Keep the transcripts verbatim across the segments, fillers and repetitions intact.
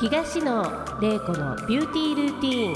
東野玲子のビューティールーティーン。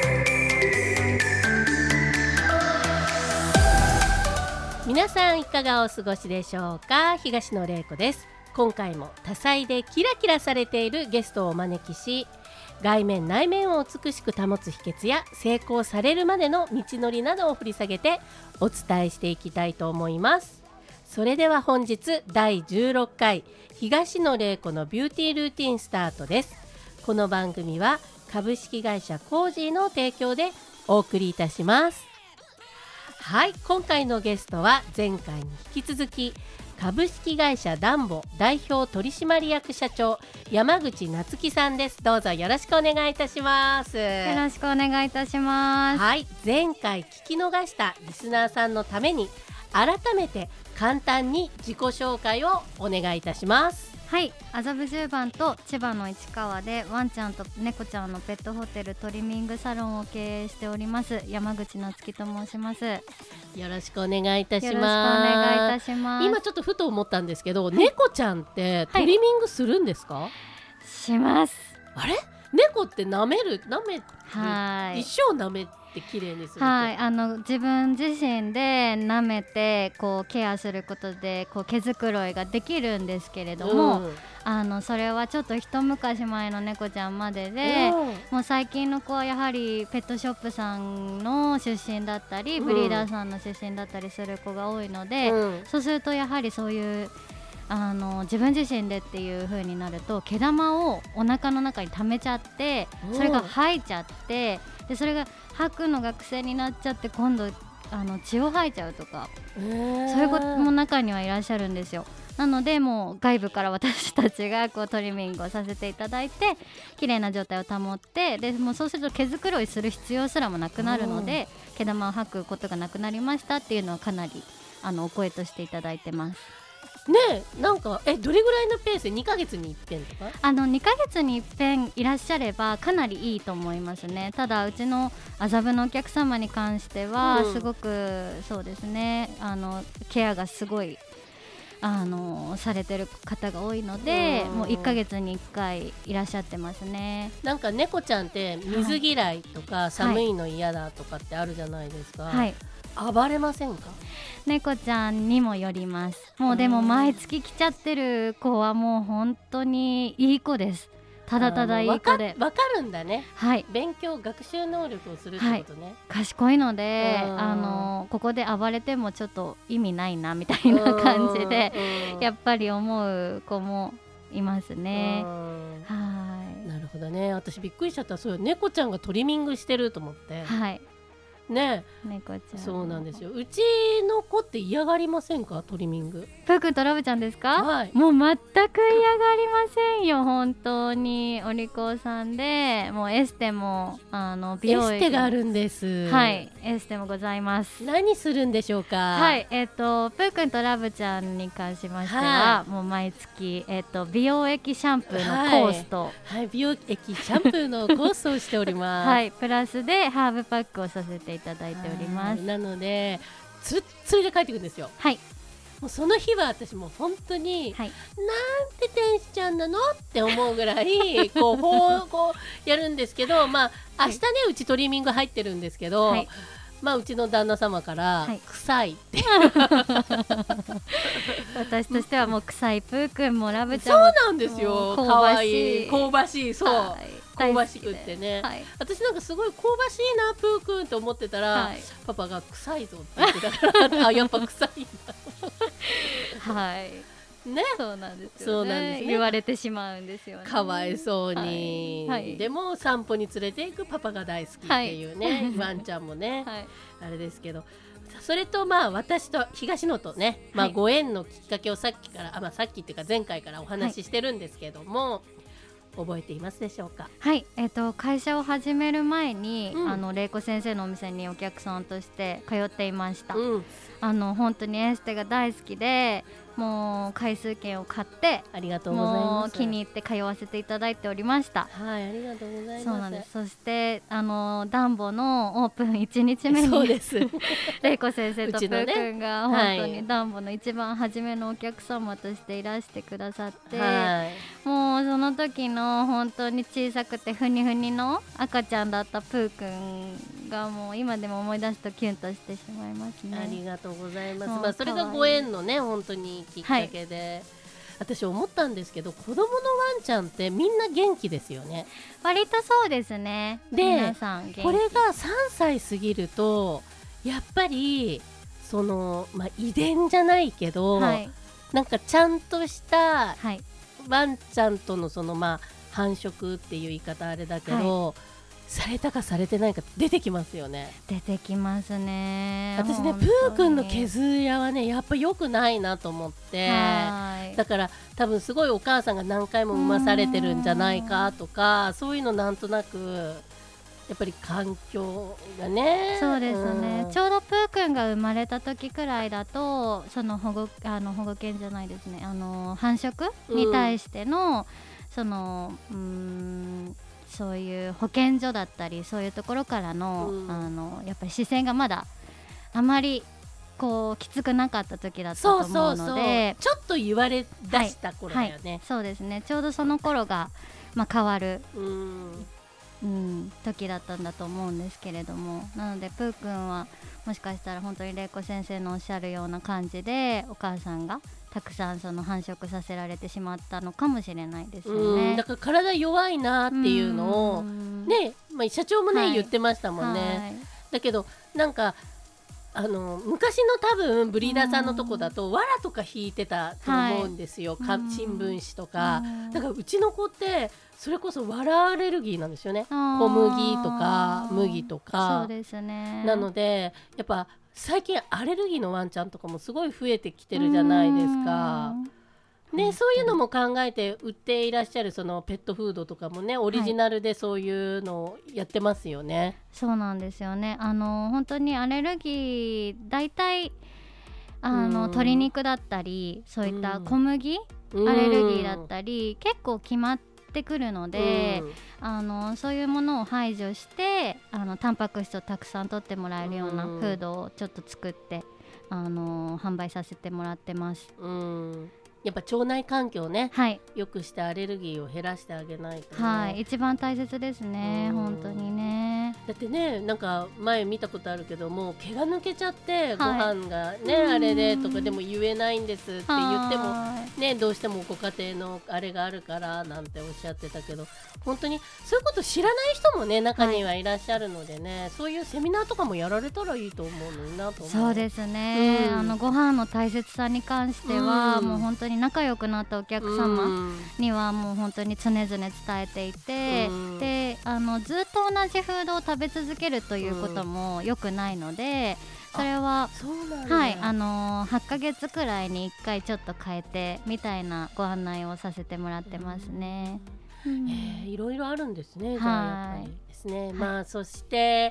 皆さんいかがお過ごしでしょうか。東野玲子です。今回も多彩でキラキラされているゲストをお招きし、外面内面を美しく保つ秘訣や成功されるまでの道のりなどを掘り下げてお伝えしていきたいと思います。それでは本日だいじゅうろっかい東野玲子のビューティールーティンスタートです。この番組は株式会社コージーの提供でお送りいたします。はい、今回のゲストは前回に引き続き株式会社ダンボ代表取締役社長山口夏樹さんです。どうぞよろしくお願いいたします。 よろしくお願いいたします。 はい、前回聞き逃したリスナーさんのために改めて簡単に自己紹介をお願いいたします。 はい、麻布十番と千葉の市川でワンちゃんと猫ちゃんのペットホテルトリミングサロンを経営しております山口夏樹と申します。よろしくお願いいたします。 よろしくお願いいたします。 今ちょっとふと思ったんですけど、はい、猫ちゃんってトリミングするんですか？はい、 します。 あれ、猫って舐める舐める、 はい、 一生舐めて綺麗にする。 はい、あの自分自身で舐めてこうケアすることでこう毛づくろいができるんですけれども、うん、あのそれはちょっと一昔前の猫ちゃんまでで、うん、もう最近の子はやはりペットショップさんの出身だったり、うん、ブリーダーさんの出身だったりする子が多いので、うん、そうするとやはりそういうあの自分自身でっていう風になると毛玉をお腹の中に溜めちゃってそれが吐いちゃってでそれが吐くのが癖になっちゃって今度あの血を吐いちゃうとか、そういう子も中にはいらっしゃるんですよ。なのでもう外部から私たちがこうトリミングをさせていただいて綺麗な状態を保ってでもうそうすると毛づくろいする必要すらもなくなるので毛玉を吐くことがなくなりましたっていうのはかなりあのお声としていただいてますね。え、なんかえどれぐらいのペースでにかげつにいっぺんとかあのにかげつにいっぺんいらっしゃればかなりいいと思いますね。ただうちの麻布のお客様に関しては、うん、すごくそうですねあのケアがすごいあのされてる方が多いので、うん、もういっかげつにいっかいいらっしゃってますね。 なんか猫ちゃんって水嫌いとか、はい、寒いの嫌だとかってあるじゃないですか、はい、暴れませんか？ 猫ちゃんにもよります。もうでも毎月来ちゃってる子はもう本当にいい子です。ただただいい子でわかるんだね、はい、勉強学習能力をするってことね、はい、 賢いのであのここで暴れてもちょっと意味ないなみたいな感じでやっぱり思う子もいますね。はい、 なるほどね。私びっくりしちゃった。そう猫ちゃんがトリミングしてると思って、 はいね、 猫ちゃんそうなんですよ。うちの子って嫌がりませんか？トリミング。 プー君とラブちゃんですか？ はい、 もう全く嫌がりませんよ。本当にお利口さんでもうエステもあの美容エステがあるんです。 はい、エステもございます。 何するんでしょうか？ はい、えっ、ー、とプー君とラブちゃんに関しましては、はい、もう毎月、えー、と美容液シャンプーのコースと、 はいはい、美容液シャンプーのコースをしております。 はい、プラスでハーブパックをさせていただいております。 なのでつっついで帰ってくるんですよ。 はい、 もうその日は私もう本当に、はい、なんて天使ちゃんなのって思うぐらいこうこうこうやるんですけど、まあ明日ね、はい、うちトリミング入ってるんですけど、はい、まあうちの旦那様から、はい、臭いって私としてはもう臭いプー君もラブちゃんもそうなんですよ。かわいい香ばしいそう、はい、香ばしくってね、はい、私なんかすごい香ばしいなプー君と思ってたら、はい、パパが臭いぞって言ってたからあやっぱ臭いんだはいね、 そうなんですよね。 そうなんですね。 言われてしまうんですよね。 かわいそうに、はいはい、でも散歩に連れて行くパパが大好きっていうね、はい、ワンちゃんもね、はい、あれですけど、それとまあ私と東野とね、まあ、ご縁のきっかけをさっきから、あ、まあ、さっきっていうか前回からお話ししてるんですけども、はい、覚えていますでしょうか？ はい、えーと、会社を始める前に、うん、あの玲子先生のお店にお客さんとして通っていました。うん、あの本当にエステが大好きでもう回数券を買ってありがとうございます。 もう気に入って通わせていただいておりました。 はい、ありがとうございます。 そうなんです。そしてあのダンボのオープンいちにちめにそうですれいこ先生とプー君が本当にはいダンボの一番初めのお客様としていらしてくださって、 はい、 もうその時の本当に小さくてふにふにの赤ちゃんだったプー君がもう今でも思い出すとキュンとしてしまいますね。 ありがとうございます。 もうまあ、それがご縁のね本当にきっかけで、はい、私思ったんですけど、子供のワンちゃんってみんな元気ですよね。 割とそうですね。 で皆さん元気。 これがさんさい過ぎるとやっぱりその、まあ、遺伝じゃないけど、はい、なんかちゃんとしたワンちゃんとのその、まあ、繁殖っていう言い方あれだけど、はい、されたかされてないか出てきますよね。 出てきますね。 私ねプー君の毛づやはねやっぱ良くないなと思って、だから多分すごいお母さんが何回も産まされてるんじゃないかとか、そういうのなんとなくやっぱり環境がね。 そうですね、うん、ちょうどプー君が生まれた時くらいだとその保護あの保護犬じゃないですね、あの繁殖に対しての、うん、そのうーんそういう保健所だったりそういうところからの、うん、あのやっぱり視線がまだあまりこうきつくなかった時だったと思うので、そうそうそう、 ちょっと言われ出した頃だよね、 はいはい、そうですね、ちょうどその頃が、まあ、変わる、 うんうん、時だったんだと思うんですけれども、なのでプー君はもしかしたら本当にれいこ先生のおっしゃるような感じでお母さんがたくさんその繁殖させられてしまったのかもしれないですよね。 だから体弱いなっていうのをね、まあ、社長もね、はい、言ってましたもんね、はい、だけどなんかあの昔の多分ブリーダーさんのとこだと藁とか引いてたと思うんですよ、はい、新聞紙とか。だからうちの子ってそれこそ藁アレルギーなんですよね。小麦とか麦とか。 そうですね。 なのでやっぱ最近アレルギーのワンちゃんとかもすごい増えてきてるじゃないですか。ね、そういうのも考えて売っていらっしゃるそのペットフードとかもねオリジナルでそういうのをやってますよね、はい、 そうなんですよね。あの本当にアレルギー大体あの鶏肉だったりそういった小麦アレルギーだったり結構決まってくるので、あのそういうものを排除してあのタンパク質をたくさん取ってもらえるようなフードをちょっと作ってあの販売させてもらってます。 うん、やっぱ腸内環境ね、 はい、 よくしてアレルギーを減らしてあげないと、ね、 はい、一番大切ですね、本当にね。 だってね、なんか前見たことあるけども毛が抜けちゃってご飯がね、はい、あれでとかでも言えないんですって言ってもね、どうしてもご家庭のあれがあるからなんておっしゃってたけど、本当にそういうこと知らない人もね中にはいらっしゃるのでね、はい、そういうセミナーとかもやられたらいいと思うのになと思う。 そうですね、うん、あのご飯の大切さに関しては、うん、もう本当に仲良くなったお客様にはもう本当に常々伝えていて、うん、であのずっと同じフードを食べ続けるということも良くないので、それははい、あのー、はちかげつくらいにいっかいちょっと変えてみたいなご案内をさせてもらってますね。 うん、えー、いろいろあるんですね。じゃあやっぱりですね、はい、まあそして、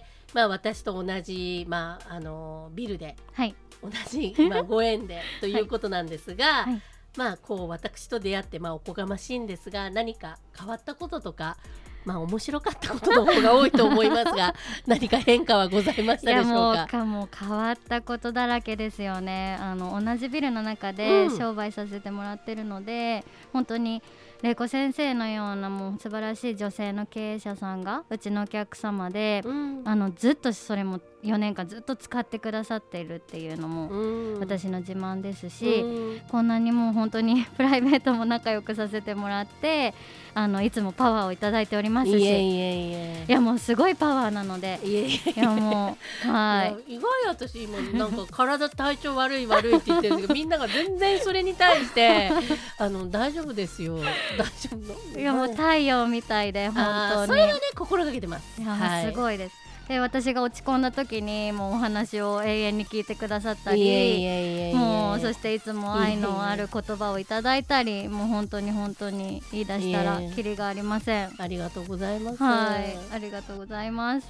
まあ、私と同じ、まああのー、ビルで、はい、同じ、まあ、ご縁でということなんですが、はいはい、まあこう私と出会って、まあ、おこがましいんですが何か変わったこととかまあ面白かったことの方が多いと思いますが何か変化はございましたでしょうか。いやもうかもう変わったことだらけですよね。あの同じビルの中で商売させてもらってるので、うん、本当にれいこ先生のようなもう素晴らしい女性の経営者さんがうちのお客様で、うん、あのずっとそれもよねんかんずっと使ってくださっているっていうのも私の自慢ですし、うん、こんなにもう本当にプライベートも仲良くさせてもらってあのいつもパワーをいただいておりますし、いえいえいえ、いやもうすごいパワーなので、いえいえいやもうはい意外私今なんか体体調悪い悪いって言ってるんですけどみんなが全然それに対してあの大丈夫ですよ大丈夫のいやもう太陽みたいで本当にそれはね心がけてます。 いや、はい、すごいです。で私が落ち込んだ時にもうお話を永遠に聞いてくださったり、もうそしていつも愛のある言葉をいただいたり、もう本当に本当に言い出したらキリがありません。 ありがとうございます。 はい、ありがとうございます。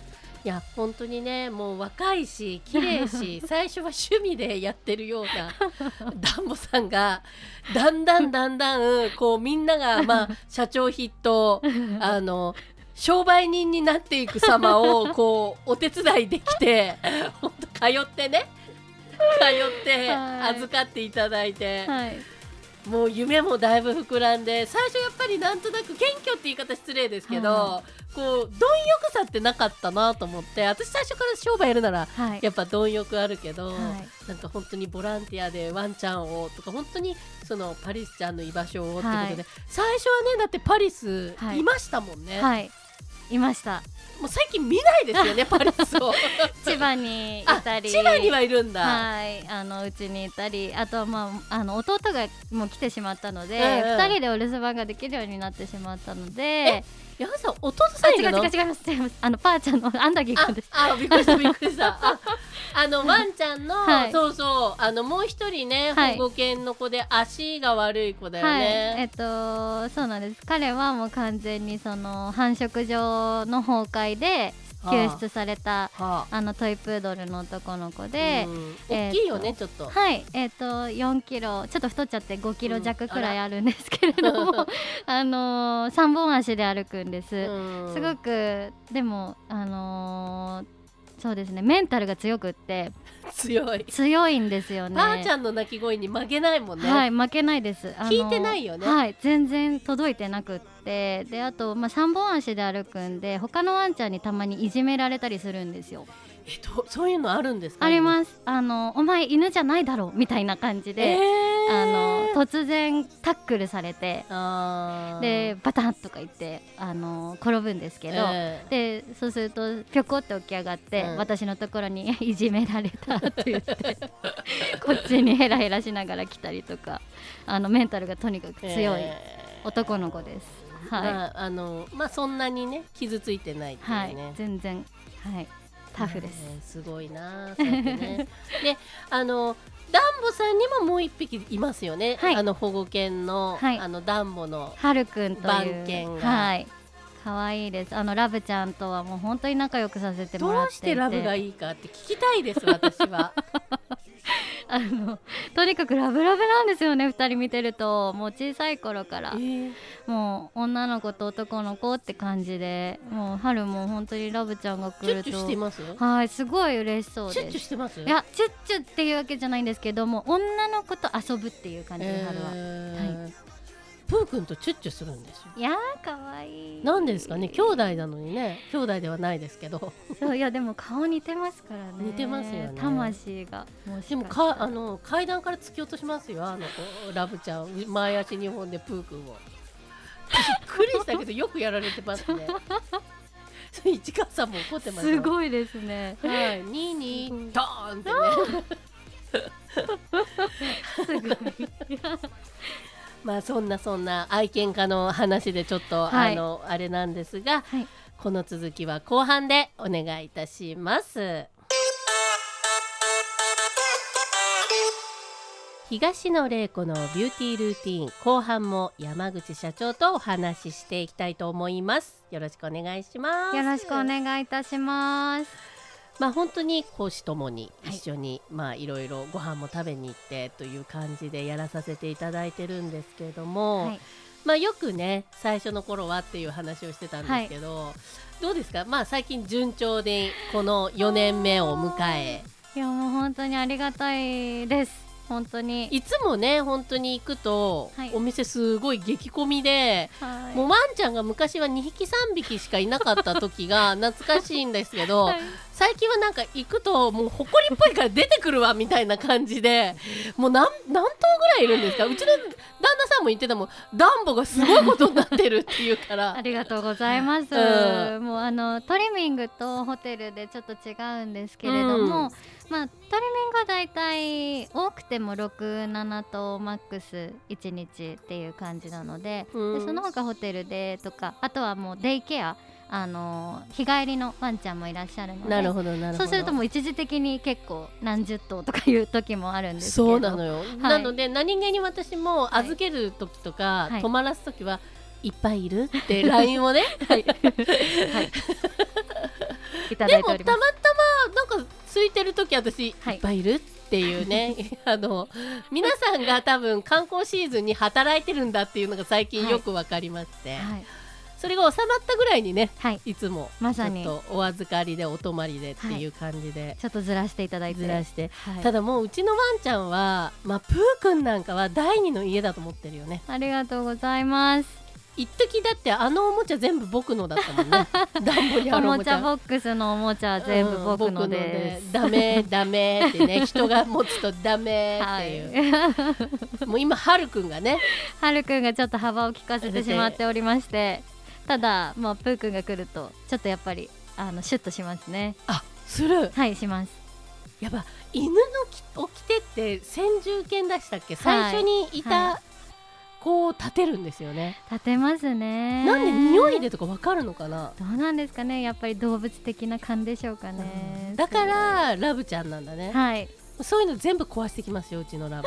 いや本当にねもう若いし綺麗し最初は趣味でやってるようなダンボさんがだんだんだんだんこうみんながまあ社長筆頭あの商売人になっていく様をこうお手伝いできて本当通ってね通って預かっていただいて、はい、もう夢もだいぶ膨らんで最初やっぱりなんとなく謙虚って言い方失礼ですけど、はい、こう貪欲さってなかったなと思って私最初から商売やるなら、はい、やっぱ貪欲あるけど、はい、なんか本当にボランティアでワンちゃんをとか本当にそのパリスちゃんの居場所をってことで、はい、最初はねだってパリスいましたもんね、 はいはい、いました。 もう最近見ないですよねパリスを千葉にいたり千葉にはいるんだ、 はい、あのうちにいたりあとは、まあ、あの弟がもう来てしまったので、うんうん、ふたりでお留守番ができるようになってしまったので山さん弟さんいるの？ 違う違う違います違いますあのパーちゃんのアンダギーくんです。 ああびっくりしたびっくりしたあ, あのワンちゃんの、はい、そうそうあのもう一人ね、はい、保護犬の子で足が悪い子だよね、はい、 えっとそうなんです。彼はもう完全にその繁殖場の崩壊で救出された、はあはあ、あのトイプードルの男の子で、 大きいよねちょっとはいえっ、ー、とよんキロちょっと太っちゃってごキロ弱くらいあるんですけれども、うん、あのー、さんぼん足で歩くんです、うん、すごくでもあのーそうですねメンタルが強くって強い強いんですよね。 ばあちゃんの泣き声に負けないもんね。 はい負けないです。 聞いてないよね。 はい全然届いてなくってであと、まあ、さんぼん足で歩くんで他のワンちゃんにたまにいじめられたりするんですよ。 えっと、そういうのあるんですか？ あります。あのお前犬じゃないだろうみたいな感じで、えー、あの突然タックルされてあでバタンとか言ってあの転ぶんですけど、えー、でそうするとぴょこって起き上がって、うん、私のところにいじめられたって言ってこっちにヘラヘラしながら来たりとかあのメンタルがとにかく強い男の子です、えーはいまああのまあ、そんなにね傷ついてないっていうね、 はい、全然はいタフです、 ね、すごいなそうやってねであのダンボさんにももう一匹いますよね、はい、あの保護犬の、はい、あのダンボのはるくんという番犬が、 はい、かわいいです。あのラブちゃんとはもう本当に仲良くさせてもらっていて、どうしてラブがいいかって聞きたいです私はあのとにかくラブラブなんですよね。ふたり見てるともう小さい頃から、えー、もう女の子と男の子って感じでもう春も本当にラブちゃんが来るとチュッチュしてます？ はいすごい嬉しそうです。 チュッチュしてます？ いやチュッチュっていうわけじゃないんですけども女の子と遊ぶっていう感じで、えー、春は、はい、 プー君とチュッチュするんですよ。 いやーかわいい。 なんですかね兄弟なのにね兄弟ではないですけどそういやでも顔似てますからね。 似てますよね。 魂がもしでもかあの階段から突き落としますよあの子ラブちゃん前足にほんでプー君をびっくりしたけどよくやられてますね市川さんも怒ってますよ。 すごいですね。 はい、にーにードーンってねすごいまあそんなそんな愛犬家の話でちょっと、はい、あのあれなんですが、はい、この続きは後半でお願いいたします。東野玲子のビューティールーティーン後半も山口社長とお話ししていきたいと思います。よろしくお願いします。 よろしくお願いいたします。 まあ本当に講師ともに一緒に、はい、まあいろいろご飯も食べに行ってという感じでやらさせていただいてるんですけれども、はい、まあよくね最初の頃はっていう話をしてたんですけど、はい、どうですか？まあ最近順調でこのよねんめを迎え、 いやもう本当にありがたいです。本当にいつもね本当に行くと、はい、お店すごい激混みで、はい、もうワンちゃんが昔はにひきさんびきしかいなかった時が懐かしいんですけど、はい、最近はなんか行くともうほこりっぽいから出てくるわみたいな感じでもう 何, 何頭ぐらいいるんですか？うちの旦那さんも言ってたもんダンボがすごいことになってるっていうからありがとうございます、うん、もうあのトリミングとホテルでちょっと違うんですけれども、うんまあ、トリミングはだいたい多くてもろく、ななとうマックスいちにちっていう感じなの で,、うん、でその他ホテルでとかあとはもうデイケアあの日帰りのワンちゃんもいらっしゃるのでなるほどなるほどそうするともう一時的に結構何十頭とかいう時もあるんですけどそうなのよ、はい、なので何気に私も預ける時とか、はい、泊まらす時はいっぱいいるって ライン をね、はいはい、 いただいております。 でもたまたまなんか空いてる時私、 はい、 いっぱいいるっていうねあの皆さんが多分観光シーズンに働いてるんだっていうのが最近よく分かりまして、はいはい、それが収まったぐらいにね、はい、いつもちょっとお預かりでお泊まりでっていう感じで、はい、 ちょっとずらしていただいてずらして、はい、ただもううちのワンちゃんは、まあ、プーくんなんかは第二の家だと思ってるよね。 ありがとうございます。 一時だってあのおもちゃ全部僕のだったもんねダンボにあるおもちゃ、 おもちゃボックスのおもちゃ全部僕のです、 うん、ダメダメってね人が持つとダメっていう、はい、もう今はるくんがねはるくんがちょっと幅を利かせてしまっておりまして、ただもうプーくんが来るとちょっとやっぱりあのシュッとしますね。 あ、する。 はい、します。 やっぱ犬のおきてって先住犬でしたっけ、最初にいた、はい、こう立てるんですよね。 立てますね。 なんで匂いでとかわかるのかな。 どうなんですかね、やっぱり動物的な感でしょうかね、 うん、だからラブちゃんなんだね。 はい、 そういうの全部壊してきますようちのラブ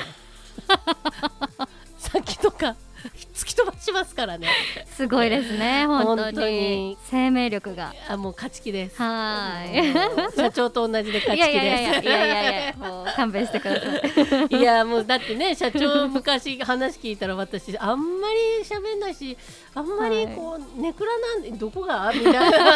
さっきとか突き飛ばしますからね。すごいですね本当に生命力が。 あ、もう勝ち気です。 はい社長と同じで勝ち気です。いやいやいやいやいやいやもう勘弁してください。 いやもうだってね、社長昔話聞いたら私あんまり喋んないし、あんまりこう、はい、ネクラなんでどこがみたい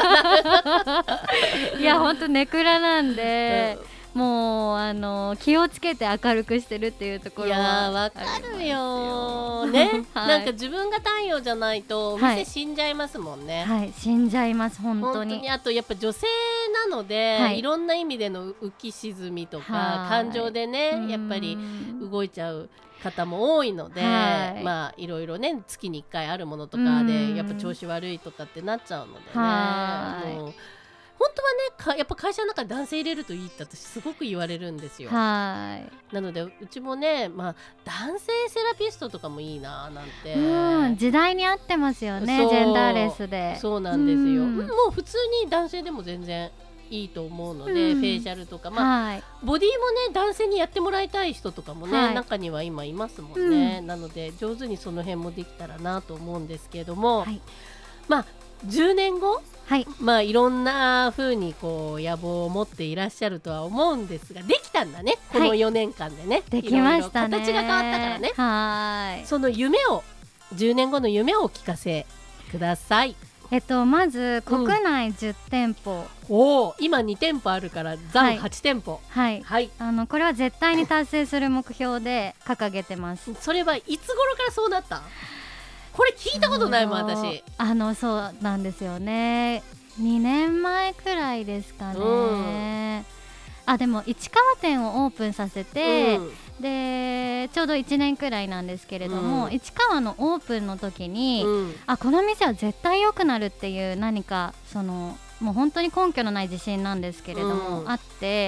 ないや本当ネクラなんで、うんもうあの気をつけて明るくしてるっていうところは。いやわかるよね、はい、なんか自分が太陽じゃないとお店死んじゃいますもんね。 はい、はい、死んじゃいます本当に。 本当に。あとやっぱ女性なので、はい、いろんな意味での浮き沈みとか、はい、感情でねやっぱり動いちゃう方も多いので、はい、まあいろいろね月にいっかいあるものとかでやっぱ調子悪いとかってなっちゃうのでね、はいもう本当はねかやっぱ会社の中で男性入れるといいって私すごく言われるんですよ。 はいなのでうちもね、まあ、男性セラピストとかもいいななんて。 うん時代に合ってますよね、ジェンダーレスで。 そうなんですよ。もう普通に男性でも全然いいと思うので、うん、フェイシャルとか、まあはい、ボディもね男性にやってもらいたい人とかもね、はい、中には今いますもんね、うん、なので上手にその辺もできたらなと思うんですけれども、はい、まあじゅうねんごはい、まあいろんな風にこう野望を持っていらっしゃるとは思うんですが、できたんだねこのよねんかんでね、はい、 できましたね。 いろいろ形が変わったからね。 はいその夢をじゅうねんごの夢をお聞かせください。 えっとまず国内じゅってんぽ、 うん、お今にてんぽあるから残はちてんぽ。 はい、はい、あのこれは絶対に達成する目標で掲げてます。 それはいつ頃からそうなった？これ聞いたことないもん私。 あのそうなんですよね、にねんまえくらいですかね、うん、あでも市川店をオープンさせて、うん、でちょうどいちねんくらいなんですけれども、うん、市川のオープンの時に、うん、あこの店は絶対良くなるっていう何かそのもう本当に根拠のない自信なんですけれども、うん、あって、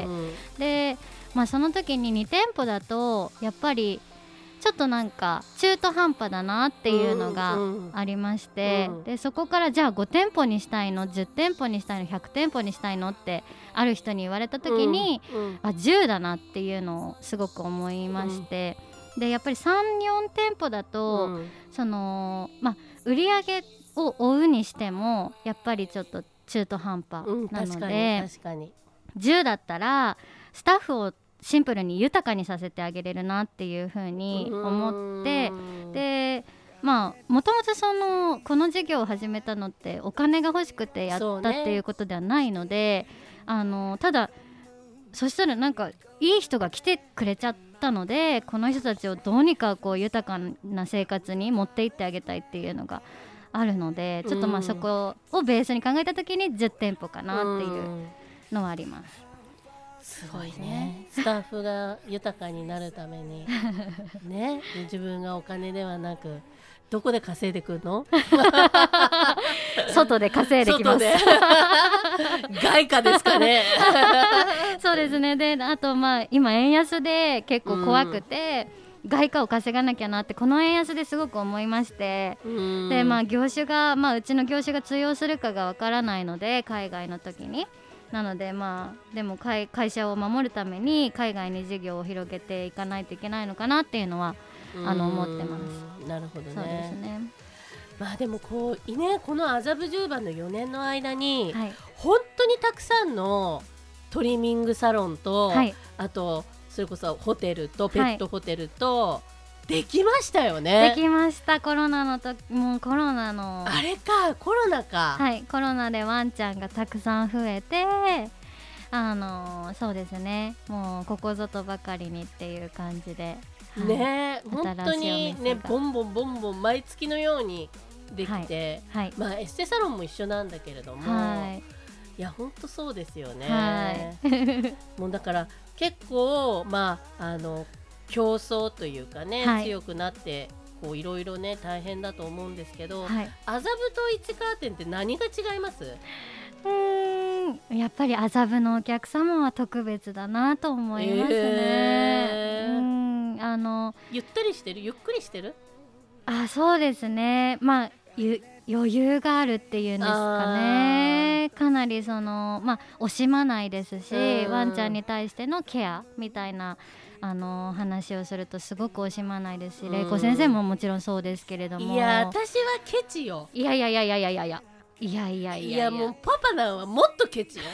うん、で、まあ、その時ににてんぽだとやっぱりちょっとなんか中途半端だなっていうのがありまして、うんうん、でそこからじゃあごてんぽにしたいのじゅってんぽにしたいのひゃくてんぽにしたいのってある人に言われた時に、うんうん、あじゅうだなっていうのをすごく思いまして、うん、でやっぱり さん,よん 店舗だと、うん、そのまあ売り上げを追うにしてもやっぱりちょっと中途半端なので、うん、確かに確かにじゅうだったらスタッフをシンプルに豊かにさせてあげれるなっていう風に思って、でまあもともとそのこの事業を始めたのってお金が欲しくてやったっていうことではないので、あのただそしたらなんかいい人が来てくれちゃったので、この人たちをどうにかこう豊かな生活に持っていってあげたいっていうのがあるので、ちょっとまあそこをベースに考えた時にじゅってんぽかなっていうのはあります。 すごいね、スタッフが豊かになるためにね、自分がお金ではなくどこで稼いでくるの外で稼いできます外貨ですかねそうですね。であとまあ今円安で結構怖くて、うん、外貨を稼がなきゃなってこの円安ですごく思いまして、うん、でまあ業種が、まあ、うちの業種が通用するかがわからないので海外の時になのでまあでも 会, 会社を守るために海外に事業を広げていかないといけないのかなっていうのはあの思ってます。 なるほどね。 そうですね。 いまあでもこうね、この麻布十番のよねんの間に、 はい、 本当にたくさんのトリミングサロンと、はい、あとそれこそホテルとペットホテルと、はい、できましたよね。 できました。コロナのともうコロナのあれか、コロナか。 はい、コロナでワンちゃんがたくさん増えて、あのー、そうですね、もうここぞとばかりにっていう感じで、 はい、ね、本当にね、ボンボンボンボン毎月のようにできて、はいはい、まあエステサロンも一緒なんだけれども、はい、いや本当そうですよね、はい、もうだから結構まああの競争というかね、はい、強くなってこういろいろね大変だと思うんですけど、はい、麻布と市川店って何が違います？ うーん、やっぱり麻布のお客様は特別だなと思いますね、えー、うん、あのゆったりしてる、ゆっくりしてる？ あ、そうですね、まあゆ余裕があるっていうんですかね。かなりその、まあ、惜しまないですし、ワンちゃんに対してのケアみたいなあの話をするとすごく惜しまないですし、玲子先生ももちろんそうですけれども、 いや私はケチよ。 いやいやいやいやいやいやいやいやいやいやいや、 もうパパなんはもっとケチよ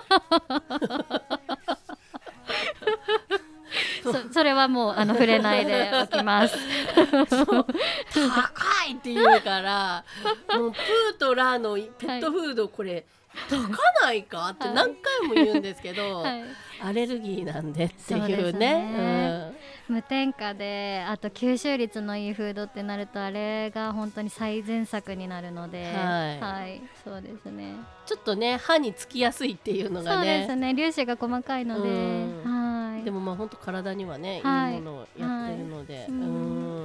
そ, それはもうあの触れないでおきますそう高いって言うからもうプーとラーのペットフードこれ、はい、高ないかって何回も言うんですけど、はい、アレルギーなんでっていうね、 うん、無添加であと吸収率のいいフードってなるとあれが本当に最善策になるので、はいはい、そうですね、 ちょっとね歯につきやすいっていうのがね、 そうですね、粒子が細かいので、うん、はい、 でもまあ本当体にはね、はい、いいものをやってるので、はい、うん、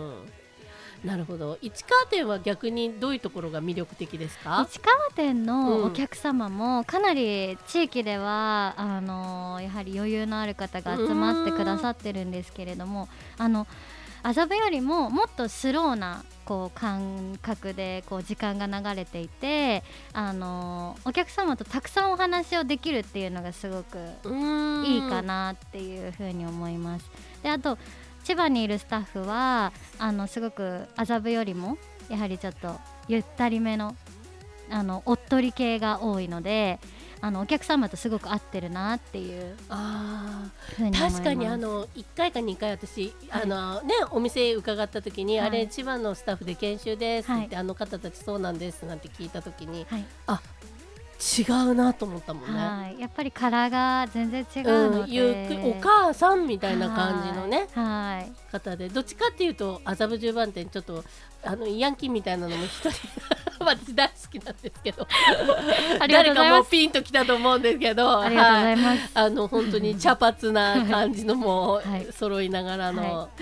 なるほど。市川店は逆にどういうところが魅力的ですか？ 市川店のお客様もかなり地域では、うん、あのやはり余裕のある方が集まってくださってるんですけれども、あの麻布よりももっとスローなこう感覚でこう時間が流れていて、あのお客様とたくさんお話をできるっていうのがすごくいいかなっていうふうに思います。で、あと千葉にいるスタッフはあのすごく麻布よりもやはりちょっとゆったりめのあのおっとり系が多いので、あのお客様とすごく合ってるなっていうあふうに思います。確かにあのいっかいかにかい私、はい、あのね、お店伺った時に、はい、あれ千葉のスタッフで研修ですって、はい、あの方たちそうなんですなんて聞いた時に、はい、あ違うなと思ったもんね、 はい、やっぱり殻が全然違うので、 うん、ゆっくりお母さんみたいな感じのね、はい、方で、どっちかっていうと麻布十番店ちょっとあのヤンキーみたいなのも一人私大好きなんですけど誰かもうピンときたと思うんですけど、 ありがとうございます、はい、 あの本当に茶髪な感じのもう揃いながらの、はい、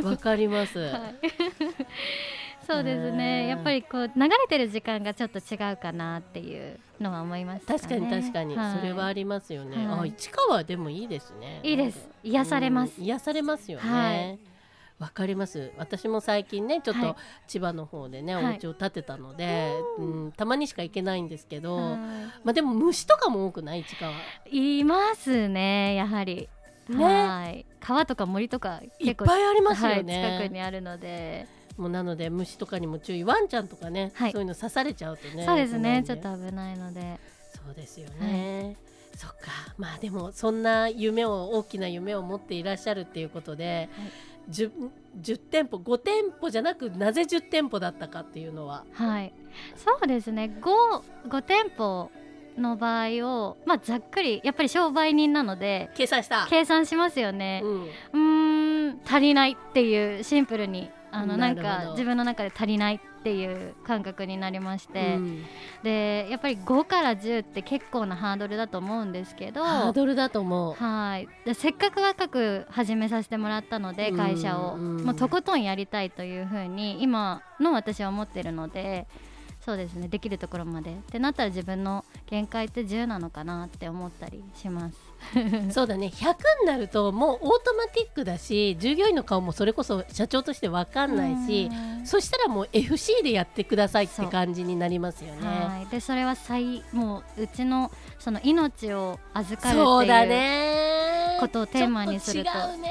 わかります、はい、 そうですね、やっぱりこう流れてる時間がちょっと違うかなっていうのは思いますかね。 確かに確かに、はい、それはありますよね、はい、あ、市川でもいいですね。 いいです、癒されます、 うん、癒されますよね、わ、はい、かります。私も最近ねちょっと千葉の方でね、はい、お家を建てたので、はい、うん、たまにしか行けないんですけど、はい、まあ、でも虫とかも多くない？市川いますね、やはりね、はい、川とか森とか結構いっぱいありますよね、 はい、近くにあるので、 もうなので虫とかにも注意、ワンちゃんとかね、はい、そういうの刺されちゃうとね、 そうですね、ちょっと危ないので。 そうですよね、はい、そっか。まあでもそんな夢を大きな夢を持っていらっしゃるっていうことで、はい、10, じゅってんぽごてんぽじゃなくなぜじゅってんぽだったかっていうのは、はい、 そうですね、 5, 5店舗の場合を、まあ、ざっくりやっぱり商売人なので計算した計算しますよね、うん、うーん足りないっていうシンプルにあのなんか自分の中で足りないっていう感覚になりまして、うん、でやっぱりごからじゅうって結構なハードルだと思うんですけど、 ハードルだと思う、 はい、でせっかく若く始めさせてもらったので会社を、うんうん、もうとことんやりたいというふうに今の私は思ってるので、そうですね、できるところまでってなったら自分の限界ってじゅうなのかなって思ったりしますそうだね、ひゃくになるともうオートマティックだし、従業員の顔もそれこそ社長として分かんないし、そしたらもう エフシー でやってくださいって感じになりますよね。 はい、でそれは最もううちのその命を預かるっていうことをテーマにすると、 そうだね、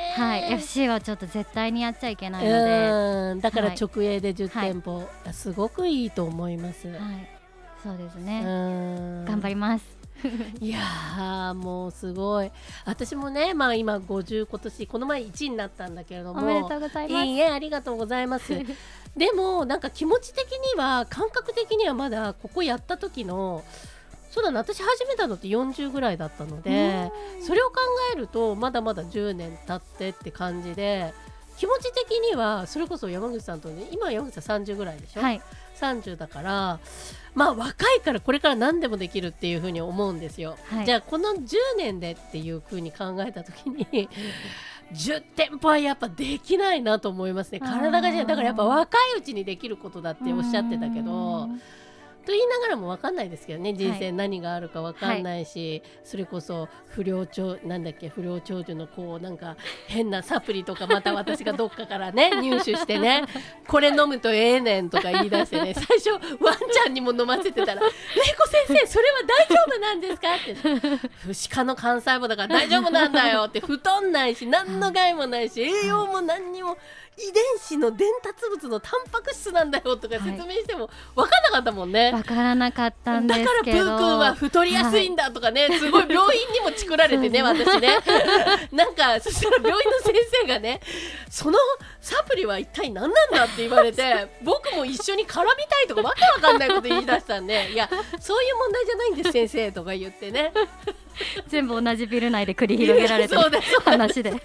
はい、エフシー はちょっと絶対にやっちゃいけないので、 うんだから直営でじゅってんぽ、はい、すごくいいと思います、はい、 そうですね、うん頑張りますいやーもうすごい。私もね、まあ、今ごじゅう今年この前いちいになったんだけれども、 おめでとうございます。 いいえありがとうございますでもなんか気持ち的には感覚的にはまだここやった時のそうだな、私始めたのってよんじゅうぐらいだったので、それを考えるとまだまだじゅうねん経ってって感じで、気持ち的にはそれこそ山口さんとね、今山口さんさんじゅうぐらいでしょ、はい、さんじゅうだからまあ若いからこれから何でもできるっていう風に思うんですよ、はい、じゃあこのじゅうねんでっていう風に考えた時にじゅってんぽはやっぱできないなと思いますね。体がじゃだからやっぱ若いうちにできることだっておっしゃってたけどと言いながらも分かんないですけどね、人生何があるか分かんないし、はい、それこそ不良長なんだっけ不良長寿のこうなんか変なサプリとかまた私がどっかからね入手してねこれ飲むとええねんとか言い出してね、最初ワンちゃんにも飲ませてたら玲子先生それは大丈夫なんですかって鹿の幹細胞だから大丈夫なんだよって太んないし何の害もないし栄養も何にも遺伝子の伝達物のタンパク質なんだよとか説明しても分からなかったもんね。 分からなかったんですけど、 だからプー君は太りやすいんだとかね、はい、すごい病院にもチクられてね私ねなんかそしたら病院の先生がねそのサプリは一体何なんだって言われて僕も一緒に絡みたいとかわけわかんないこと言い出したんでいやそういう問題じゃないんです先生とか言ってね全部同じビル内で繰り広げられてる話ででも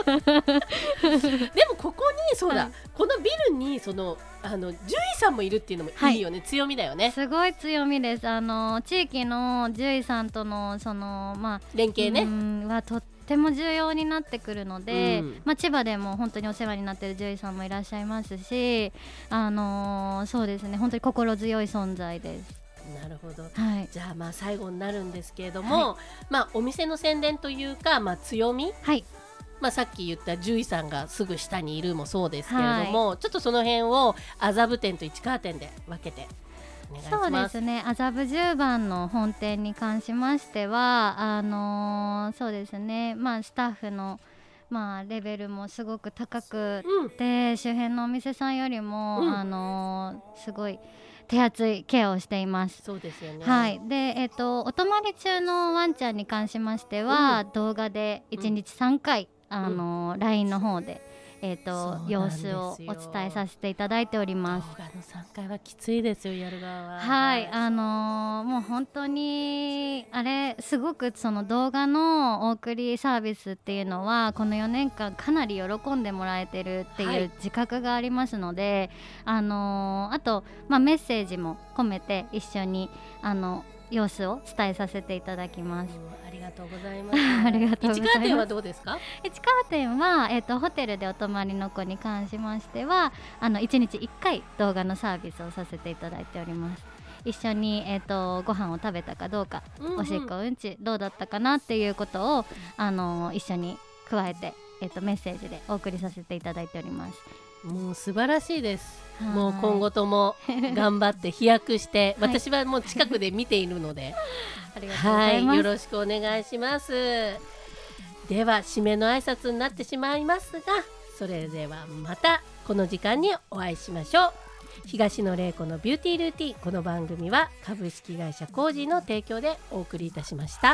ここにそうだ、はい、このビルにそのあの獣医さんもいるっていうのもいいよね、はい、強みだよね。 すごい強みです。あの地域の獣医さんとのその、まあ、 連携ねはとっても重要になってくるので、うんまあ、千葉でも本当にお世話になっている獣医さんもいらっしゃいますし、あのー、そうですね本当に心強い存在です。 なるほど、 はい、 じゃあまあ最後になるんですけれども、はいまあ、お店の宣伝というか、まあ、強み、 はいまあ、さっき言った獣医さんがすぐ下にいるもそうですけれども、はい、ちょっとその辺を麻布店と市川店で分けてお願いします。 そうですね、麻布十番の本店に関しましてはあのー、そうですね、まあ、スタッフのまあ、レベルもすごく高くて、うん、周辺のお店さんよりも、うんあのー、すごい手厚いケアをしています。 そうですよね、 はいでえー、とお泊まり中のワンちゃんに関しましては、うん、動画でいちにちさんかい、うんあのー、ライン の方でえー、と様子をお伝えさせていただいております。 動画のさんかいはきついですよ、やる側は。 はい、あのー、もう本当にあれすごくその動画のお送りサービスっていうのはこのよねんかんかなり喜んでもらえてるっていう自覚がありますので、はいあのー、あと、まあ、メッセージも込めて一緒にあの様子を伝えさせていただきます。 ありがとうございますありがとうございます。 市川店はどうですか？ 市川店は、えー、とホテルでお泊まりの子に関しましてはあのいちにちいっかい動画のサービスをさせていただいております。一緒に、えー、とご飯を食べたかどうか、うんうん、おしっこうんちどうだったかなっていうことをあの一緒に加えて、えー、とメッセージでお送りさせていただいております。 もう素晴らしいです。もう今後とも頑張って飛躍してはい、私はもう近くで見ているのでありがとうございます、 はい、よろしくお願いします。では締めの挨拶になってしまいますが、それではまたこの時間にお会いしましょう。東野玲子のビューティールーティン、この番組は株式会社コージーの提供でお送りいたしました。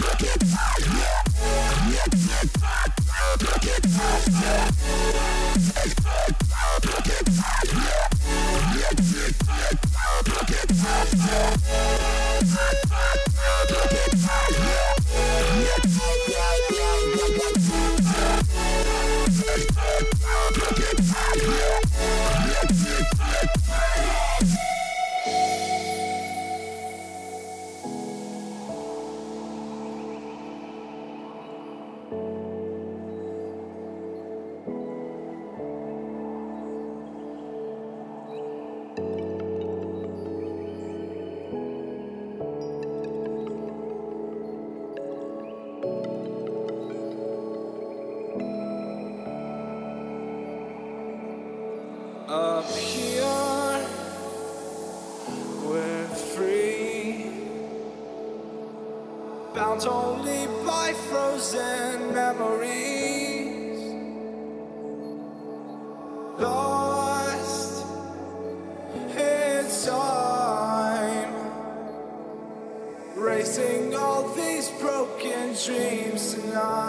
Up here, we're free, bound only by frozen memories. these broken dreams tonight.